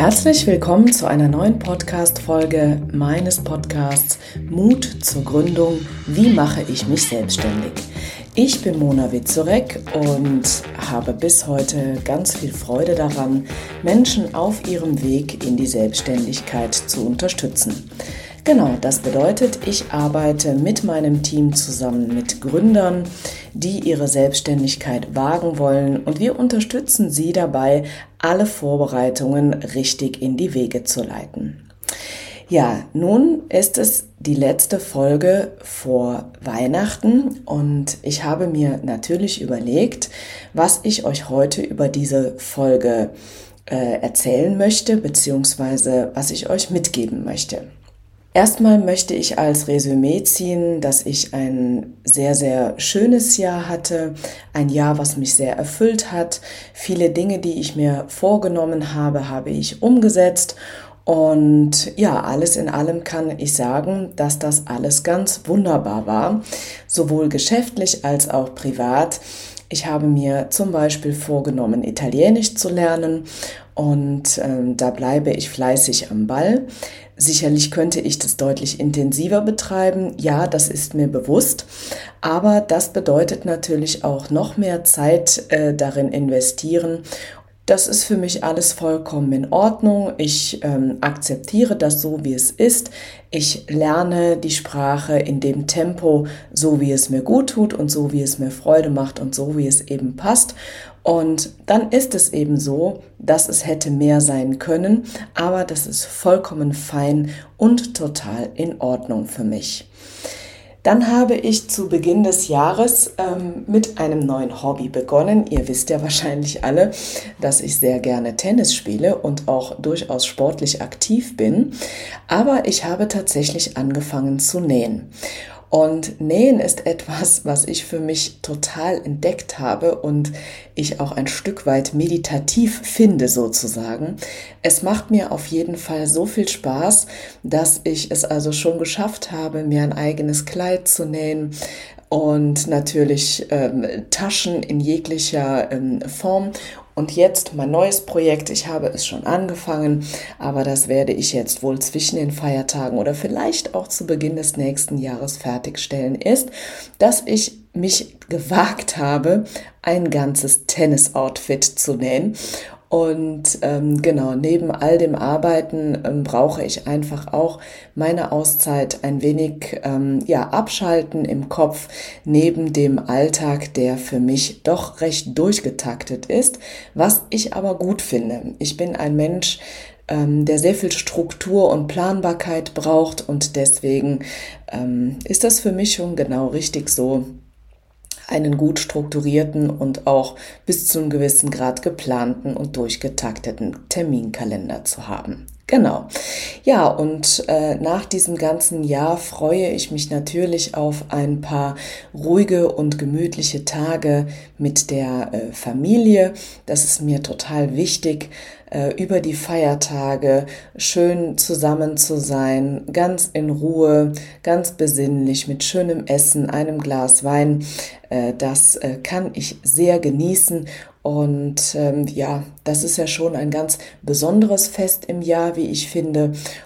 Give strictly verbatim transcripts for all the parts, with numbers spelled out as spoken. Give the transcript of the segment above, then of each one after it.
Herzlich willkommen zu einer neuen Podcast-Folge meines Podcasts Mut zur Gründung. Wie mache ich mich selbstständig? Ich bin Mona Witzorek und habe bis heute ganz viel Freude daran, Menschen auf ihrem Weg in die Selbstständigkeit zu unterstützen. Genau, das bedeutet, ich arbeite mit meinem Team zusammen mit Gründern, die ihre Selbstständigkeit wagen wollen, und wir unterstützen sie dabei, alle Vorbereitungen richtig in die Wege zu leiten. Ja, nun ist es die letzte Folge vor Weihnachten und ich habe mir natürlich überlegt, was ich euch heute über diese Folge äh, erzählen möchte, beziehungsweise was ich euch mitgeben möchte. Erstmal möchte ich als Resümee ziehen, dass ich ein sehr, sehr schönes Jahr hatte, ein Jahr, was mich sehr erfüllt hat. Viele Dinge, die ich mir vorgenommen habe, habe ich umgesetzt. Und ja, alles in allem kann ich sagen, dass das alles ganz wunderbar war, sowohl geschäftlich als auch privat. Ich habe mir zum Beispiel vorgenommen, Italienisch zu lernen, und ähm, da bleibe ich fleißig am Ball. Sicherlich könnte ich das deutlich intensiver betreiben, ja, das ist mir bewusst, aber das bedeutet natürlich auch noch mehr Zeit äh, darin investieren. Das ist für mich alles vollkommen in Ordnung. Ich ähm, akzeptiere das so, wie es ist. Ich lerne die Sprache in dem Tempo, so wie es mir gut tut und so wie es mir Freude macht und so wie es eben passt. Und dann ist es eben so, dass es hätte mehr sein können, aber das ist vollkommen fein und total in Ordnung für mich. Dann habe ich zu Beginn des Jahres ähm, mit einem neuen Hobby begonnen. Ihr wisst ja wahrscheinlich alle, dass ich sehr gerne Tennis spiele und auch durchaus sportlich aktiv bin. Aber ich habe tatsächlich angefangen zu nähen. Und Nähen ist etwas, was ich für mich total entdeckt habe und ich auch ein Stück weit meditativ finde sozusagen. Es macht mir auf jeden Fall so viel Spaß, dass ich es also schon geschafft habe, mir ein eigenes Kleid zu nähen und natürlich ähm, Taschen in jeglicher ähm, Form. Und jetzt mein neues Projekt, ich habe es schon angefangen, aber das werde ich jetzt wohl zwischen den Feiertagen oder vielleicht auch zu Beginn des nächsten Jahres fertigstellen, ist, dass ich mich gewagt habe, ein ganzes Tennis-Outfit zu nähen. Und ähm, genau, neben all dem Arbeiten ähm, brauche ich einfach auch meine Auszeit, ein wenig ähm, ja, abschalten im Kopf, neben dem Alltag, der für mich doch recht durchgetaktet ist, was ich aber gut finde. Ich bin ein Mensch, ähm, der sehr viel Struktur und Planbarkeit braucht, und deswegen ähm, ist das für mich schon genau richtig so, einen gut strukturierten und auch bis zu einem gewissen Grad geplanten und durchgetakteten Terminkalender zu haben. Genau. Ja, und äh, nach diesem ganzen Jahr freue ich mich natürlich auf ein paar ruhige und gemütliche Tage mit der äh, Familie. Das ist mir total wichtig, äh, über die Feiertage schön zusammen zu sein, ganz in Ruhe, ganz besinnlich, mit schönem Essen, einem Glas Wein. Äh, das äh, kann ich sehr genießen. Und ähm, ja, das ist ja schon ein ganz besonderes Fest im Jahr, wie ich finde.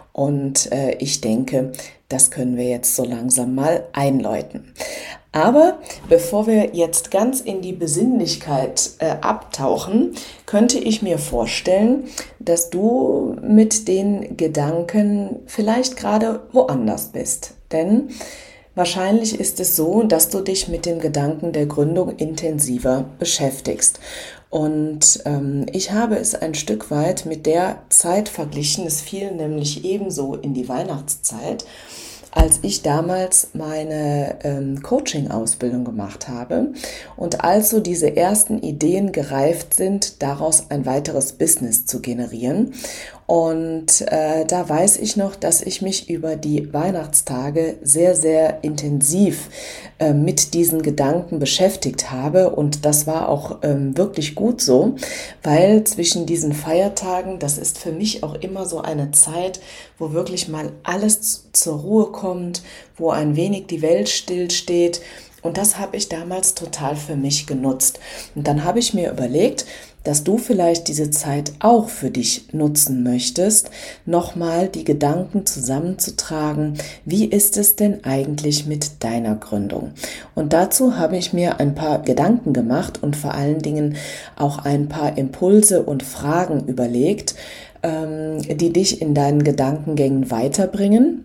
Und äh, ich denke, das können wir jetzt so langsam mal einläuten. Aber bevor wir jetzt ganz in die Besinnlichkeit äh, abtauchen, könnte ich mir vorstellen, dass du mit den Gedanken vielleicht gerade woanders bist. Denn wahrscheinlich ist es so, dass du dich mit dem Gedanken der Gründung intensiver beschäftigst. Und ähm, ich habe es ein Stück weit mit der Zeit verglichen. Es fiel nämlich ebenso in die Weihnachtszeit, als ich damals meine ähm, Coaching-Ausbildung gemacht habe und als so diese ersten Ideen gereift sind, daraus ein weiteres Business zu generieren. Und äh, da weiß ich noch, dass ich mich über die Weihnachtstage sehr, sehr intensiv äh, mit diesen Gedanken beschäftigt habe. Und das war auch ähm, wirklich gut so, weil zwischen diesen Feiertagen, das ist für mich auch immer so eine Zeit, wo wirklich mal alles zur Ruhe kommt, wo ein wenig die Welt stillsteht Und das habe ich damals total für mich genutzt. Und dann habe ich mir überlegt, dass du vielleicht diese Zeit auch für dich nutzen möchtest, nochmal die Gedanken zusammenzutragen, wie ist es denn eigentlich mit deiner Gründung? Und dazu habe ich mir ein paar Gedanken gemacht und vor allen Dingen auch ein paar Impulse und Fragen überlegt, ähm, die dich in deinen Gedankengängen weiterbringen.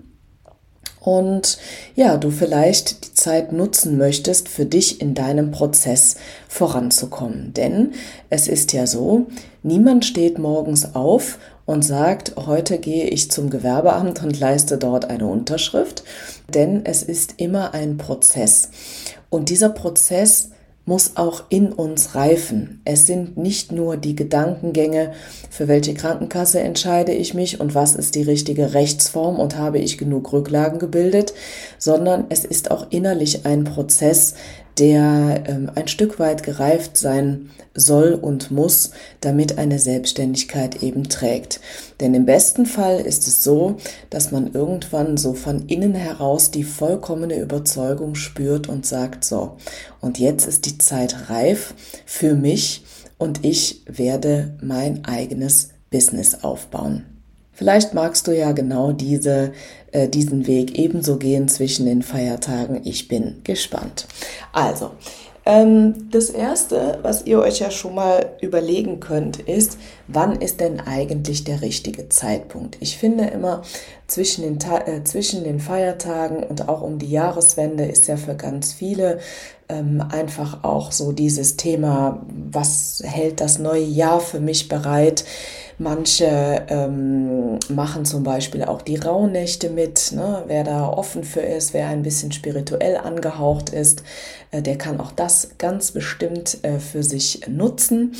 Und ja, du vielleicht die Zeit nutzen möchtest, für dich in deinem Prozess voranzukommen. Denn es ist ja so, niemand steht morgens auf und sagt, heute gehe ich zum Gewerbeamt und leiste dort eine Unterschrift. Denn es ist immer ein Prozess. Und dieser Prozess muss auch in uns reifen. Es sind nicht nur die Gedankengänge, für welche Krankenkasse entscheide ich mich und was ist die richtige Rechtsform und habe ich genug Rücklagen gebildet, sondern es ist auch innerlich ein Prozess, der ähm, ein Stück weit gereift sein soll und muss, damit eine Selbstständigkeit eben trägt. Denn im besten Fall ist es so, dass man irgendwann so von innen heraus die vollkommene Überzeugung spürt und sagt, so, und jetzt ist die Zeit reif für mich und ich werde mein eigenes Business aufbauen. Vielleicht magst du ja genau diese, äh, diesen Weg ebenso gehen zwischen den Feiertagen. Ich bin gespannt. Also, ähm, das Erste, was ihr euch ja schon mal überlegen könnt, ist, wann ist denn eigentlich der richtige Zeitpunkt? Ich finde immer, zwischen den, Ta- äh, zwischen den Feiertagen und auch um die Jahreswende ist ja für ganz viele ähm, einfach auch so dieses Thema, was hält das neue Jahr für mich bereit? Manche ähm, machen zum Beispiel auch die Rauhnächte mit, ne? Wer da offen für ist, wer ein bisschen spirituell angehaucht ist, äh, der kann auch das ganz bestimmt äh, für sich nutzen.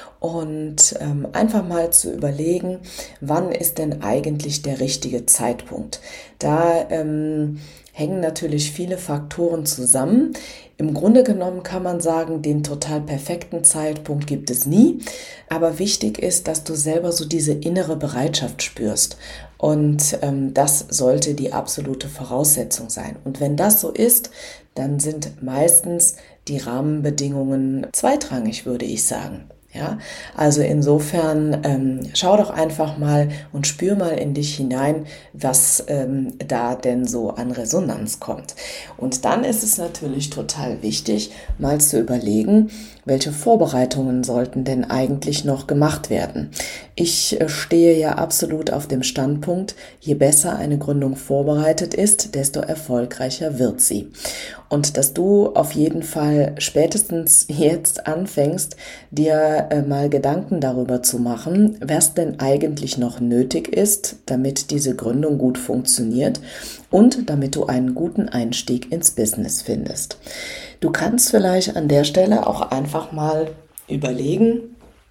Und ähm, einfach mal zu überlegen, wann ist denn eigentlich der richtige Zeitpunkt? Da ähm, hängen natürlich viele Faktoren zusammen. Im Grunde genommen kann man sagen, den total perfekten Zeitpunkt gibt es nie. Aber wichtig ist, dass du selber so diese innere Bereitschaft spürst. Und ähm, das sollte die absolute Voraussetzung sein. Und wenn das so ist, dann sind meistens die Rahmenbedingungen zweitrangig, würde ich sagen. Ja, also insofern ähm, schau doch einfach mal und spür mal in dich hinein, was ähm, da denn so an Resonanz kommt. Und dann ist es natürlich total wichtig, mal zu überlegen, welche Vorbereitungen sollten denn eigentlich noch gemacht werden. Ich äh, stehe ja absolut auf dem Standpunkt, je besser eine Gründung vorbereitet ist, desto erfolgreicher wird sie. Und dass du auf jeden Fall spätestens jetzt anfängst, dir äh, mal Gedanken darüber zu machen, was denn eigentlich noch nötig ist, damit diese Gründung gut funktioniert und damit du einen guten Einstieg ins Business findest. Du kannst vielleicht an der Stelle auch einfach mal überlegen,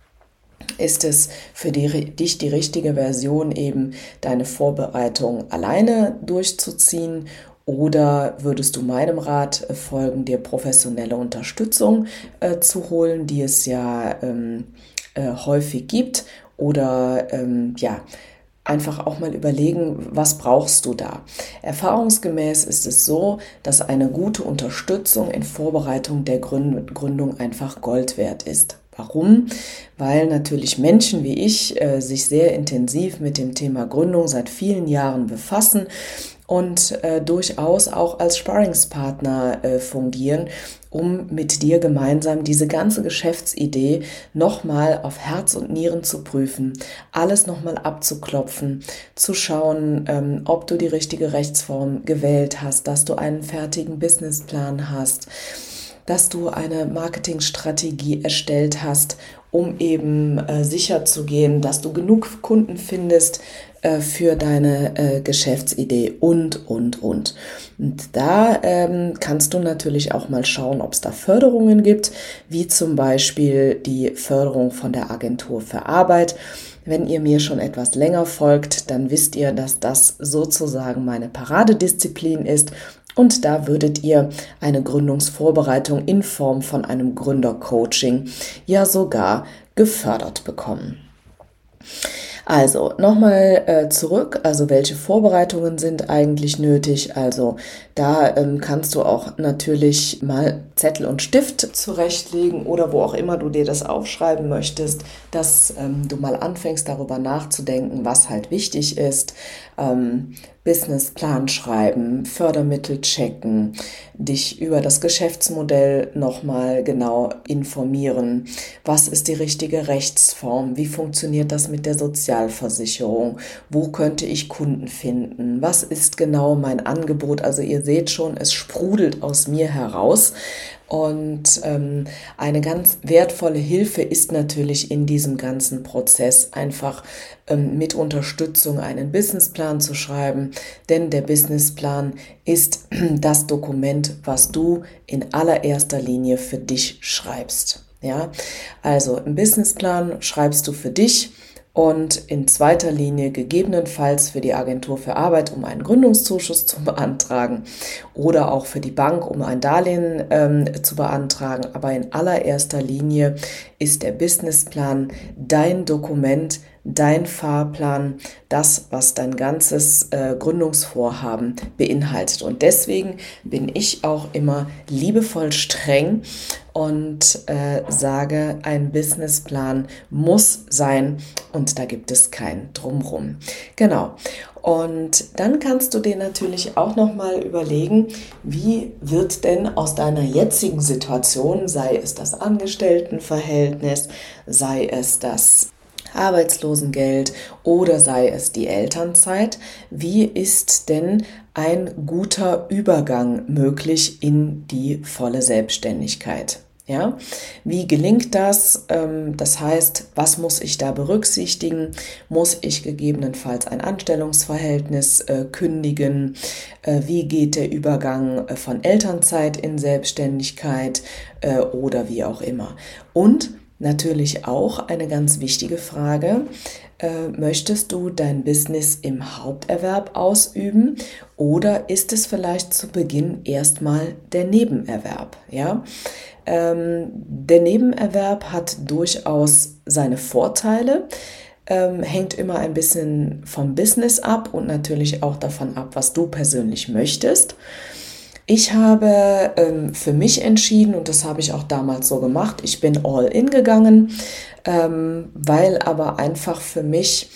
ist es für die, dich die richtige Version, eben deine Vorbereitung alleine durchzuziehen? Oder würdest du meinem Rat folgen, dir professionelle Unterstützung äh, zu holen, die es ja ähm, äh, häufig gibt? Oder ähm, ja, einfach auch mal überlegen, was brauchst du da? Erfahrungsgemäß ist es so, dass eine gute Unterstützung in Vorbereitung der Gründung einfach Gold wert ist. Warum? Weil natürlich Menschen wie ich äh, sich sehr intensiv mit dem Thema Gründung seit vielen Jahren befassen und äh, durchaus auch als Sparringspartner äh, fungieren, um mit dir gemeinsam diese ganze Geschäftsidee nochmal auf Herz und Nieren zu prüfen, alles nochmal abzuklopfen, zu schauen, ähm, ob du die richtige Rechtsform gewählt hast, dass du einen fertigen Businessplan hast, dass du eine Marketingstrategie erstellt hast, um eben äh, sicher zu gehen, dass du genug Kunden findest äh, für deine äh, Geschäftsidee und, und, und. Und da ähm, kannst du natürlich auch mal schauen, ob es da Förderungen gibt, wie zum Beispiel die Förderung von der Agentur für Arbeit. Wenn ihr mir schon etwas länger folgt, dann wisst ihr, dass das sozusagen meine Paradedisziplin ist. Und da würdet ihr eine Gründungsvorbereitung in Form von einem Gründercoaching ja sogar gefördert bekommen. Also nochmal äh, zurück, also welche Vorbereitungen sind eigentlich nötig? Also da ähm, kannst du auch natürlich mal Zettel und Stift zurechtlegen oder wo auch immer du dir das aufschreiben möchtest, dass ähm, du mal anfängst darüber nachzudenken, was halt wichtig ist. Ähm, Businessplan schreiben, Fördermittel checken, dich über das Geschäftsmodell nochmal genau informieren. Was ist die richtige Rechtsform? Wie funktioniert das mit der Sozialversicherung? Wo könnte ich Kunden finden? Was ist genau mein Angebot? Also ihr seht schon, es sprudelt aus mir heraus. Und ähm, eine ganz wertvolle Hilfe ist natürlich in diesem ganzen Prozess einfach ähm, mit Unterstützung einen Businessplan zu schreiben, denn der Businessplan ist das Dokument, was du in allererster Linie für dich schreibst. Ja, also im Businessplan schreibst du für dich und in zweiter Linie gegebenenfalls für die Agentur für Arbeit, um einen Gründungszuschuss zu beantragen oder auch für die Bank, um ein Darlehen ähm, zu beantragen. Aber in allererster Linie ist der Businessplan dein Dokument, dein Fahrplan, das, was dein ganzes äh, Gründungsvorhaben beinhaltet. Und deswegen bin ich auch immer liebevoll streng und äh, sage, ein Businessplan muss sein und da gibt es kein Drumrum. Genau. Und dann kannst du dir natürlich auch nochmal überlegen, wie wird denn aus deiner jetzigen Situation, sei es das Angestelltenverhältnis, sei es das Arbeitslosengeld oder sei es die Elternzeit, wie ist denn ein guter Übergang möglich in die volle Selbstständigkeit? Ja, wie gelingt das? Das heißt, was muss ich da berücksichtigen? Muss ich gegebenenfalls ein Anstellungsverhältnis äh, kündigen? Äh, wie geht der Übergang von Elternzeit in Selbstständigkeit äh, oder wie auch immer? Und natürlich auch eine ganz wichtige Frage, äh, möchtest du dein Business im Haupterwerb ausüben oder ist es vielleicht zu Beginn erstmal der Nebenerwerb? Ja? Ähm, der Nebenerwerb hat durchaus seine Vorteile, ähm, hängt immer ein bisschen vom Business ab und natürlich auch davon ab, was du persönlich möchtest. Ich habe ähm, für mich entschieden, und das habe ich auch damals so gemacht, ich bin all in gegangen, ähm, weil aber einfach für mich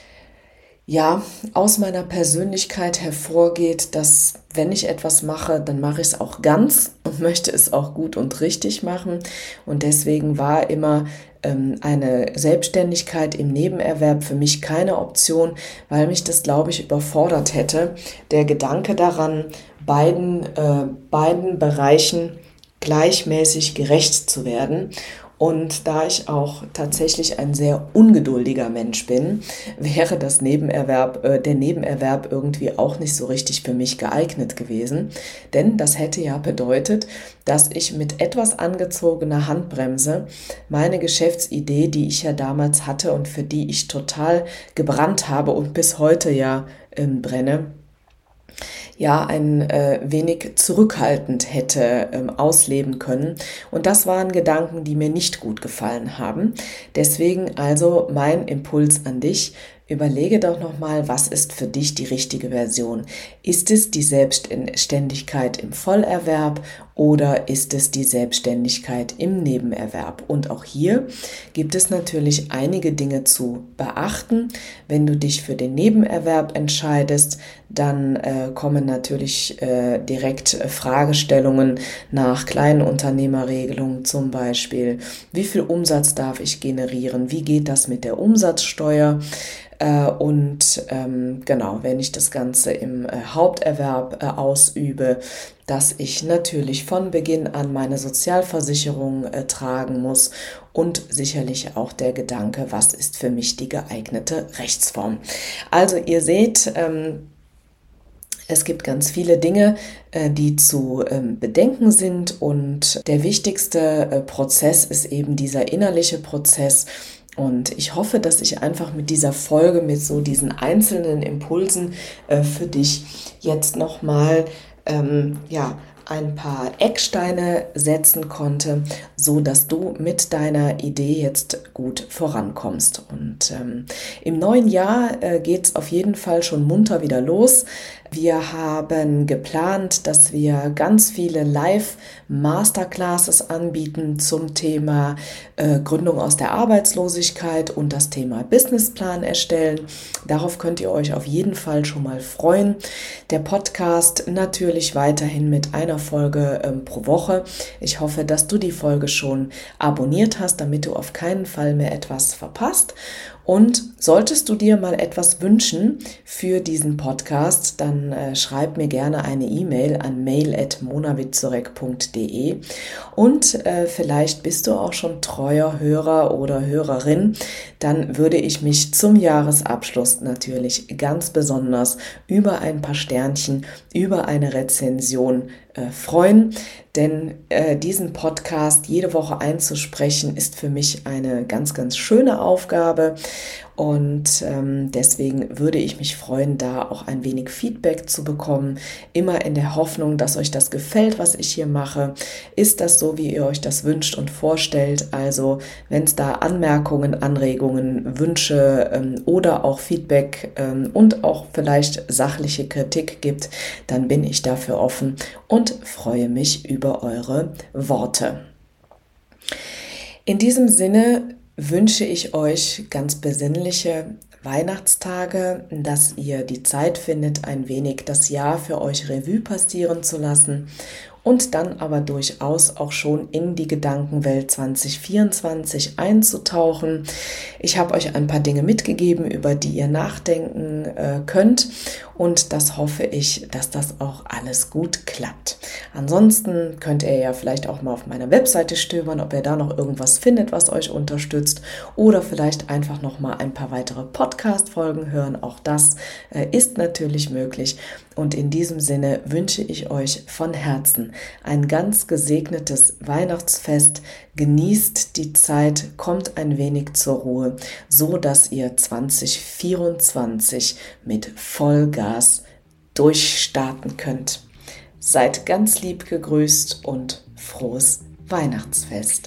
ja aus meiner Persönlichkeit hervorgeht, dass wenn ich etwas mache, dann mache ich es auch ganz und möchte es auch gut und richtig machen. Und deswegen war immer ähm, eine Selbstständigkeit im Nebenerwerb für mich keine Option, weil mich das, glaube ich, überfordert hätte. Der Gedanke daran, beiden, äh, beiden Bereichen gleichmäßig gerecht zu werden. Und da ich auch tatsächlich ein sehr ungeduldiger Mensch bin, wäre das Nebenerwerb, äh, der Nebenerwerb irgendwie auch nicht so richtig für mich geeignet gewesen. Denn das hätte ja bedeutet, dass ich mit etwas angezogener Handbremse meine Geschäftsidee, die ich ja damals hatte und für die ich total gebrannt habe und bis heute ja äh, brenne, ja ein äh, wenig zurückhaltend hätte ähm, ausleben können. Und das waren Gedanken, die mir nicht gut gefallen haben. Deswegen also mein Impuls an dich: Überlege doch nochmal, was ist für dich die richtige Version? Ist es die Selbstständigkeit im Vollerwerb oder ist es die Selbstständigkeit im Nebenerwerb? Und auch hier gibt es natürlich einige Dinge zu beachten. Wenn du dich für den Nebenerwerb entscheidest, dann äh, kommen natürlich äh, direkt äh, Fragestellungen nach Kleinunternehmerregelungen zum Beispiel. Wie viel Umsatz darf ich generieren? Wie geht das mit der Umsatzsteuer? Und ähm, genau, wenn ich das Ganze im äh, Haupterwerb äh, ausübe, dass ich natürlich von Beginn an meine Sozialversicherung äh, tragen muss und sicherlich auch der Gedanke, was ist für mich die geeignete Rechtsform. Also ihr seht, ähm, es gibt ganz viele Dinge, äh, die zu ähm, bedenken sind und der wichtigste äh, Prozess ist eben dieser innerliche Prozess. Und ich hoffe, dass ich einfach mit dieser Folge, mit so diesen einzelnen Impulsen äh, für dich jetzt nochmal ähm, ja, ein paar Ecksteine setzen konnte, so dass du mit deiner Idee jetzt gut vorankommst. Und ähm, im neuen Jahr äh, geht es auf jeden Fall schon munter wieder los. Wir haben geplant, dass wir ganz viele Live-Masterclasses anbieten zum Thema äh, Gründung aus der Arbeitslosigkeit und das Thema Businessplan erstellen. Darauf könnt ihr euch auf jeden Fall schon mal freuen. Der Podcast natürlich weiterhin mit einer Folge ähm, pro Woche. Ich hoffe, dass du die Folge schon abonniert hast, damit du auf keinen Fall mehr etwas verpasst. Und solltest du dir mal etwas wünschen für diesen Podcast, dann äh, schreib mir gerne eine E-Mail an mail at monawitzorek punkt de und äh, vielleicht bist du auch schon treuer Hörer oder Hörerin, dann würde ich mich zum Jahresabschluss natürlich ganz besonders über ein paar Sternchen, über eine Rezension äh, freuen, denn äh, diesen Podcast jede Woche einzusprechen ist für mich eine ganz, ganz schöne Aufgabe. Und ähm, deswegen würde ich mich freuen, da auch ein wenig Feedback zu bekommen. Immer in der Hoffnung, dass euch das gefällt, was ich hier mache. Ist das so, wie ihr euch das wünscht und vorstellt? Also wenn es da Anmerkungen, Anregungen, Wünsche ähm, oder auch Feedback ähm, und auch vielleicht sachliche Kritik gibt, dann bin ich dafür offen und freue mich über eure Worte. In diesem Sinne wünsche ich euch ganz besinnliche Weihnachtstage, dass ihr die Zeit findet, ein wenig das Jahr für euch Revue passieren zu lassen und dann aber durchaus auch schon in die Gedankenwelt zwanzig vierundzwanzig einzutauchen. Ich habe euch ein paar Dinge mitgegeben, über die ihr nachdenken äh, könnt und das hoffe ich, dass das auch alles gut klappt. Ansonsten könnt ihr ja vielleicht auch mal auf meiner Webseite stöbern, ob ihr da noch irgendwas findet, was euch unterstützt oder vielleicht einfach noch mal ein paar weitere Podcast-Folgen hören. Auch das äh, ist natürlich möglich. Und in diesem Sinne wünsche ich euch von Herzen ein ganz gesegnetes Weihnachtsfest. Genießt die Zeit, kommt ein wenig zur Ruhe, so dass ihr zwanzig vierundzwanzig mit Vollgas durchstarten könnt. Seid ganz lieb gegrüßt und frohes Weihnachtsfest.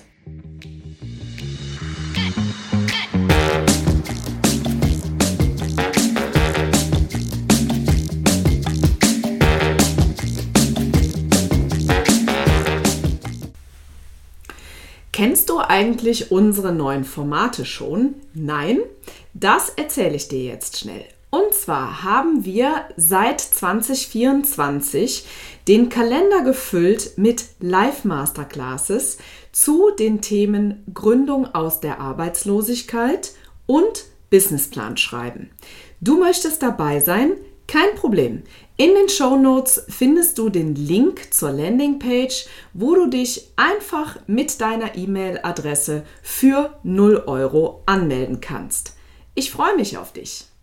Kennst du eigentlich unsere neuen Formate schon? Nein? Das erzähle ich dir jetzt schnell. Und zwar haben wir seit zwanzig vierundzwanzig den Kalender gefüllt mit Live-Masterclasses zu den Themen Gründung aus der Arbeitslosigkeit und Businessplan schreiben. Du möchtest dabei sein? Kein Problem. In den Shownotes findest du den Link zur Landingpage, wo du dich einfach mit deiner E-Mail-Adresse für null Euro anmelden kannst. Ich freue mich auf dich.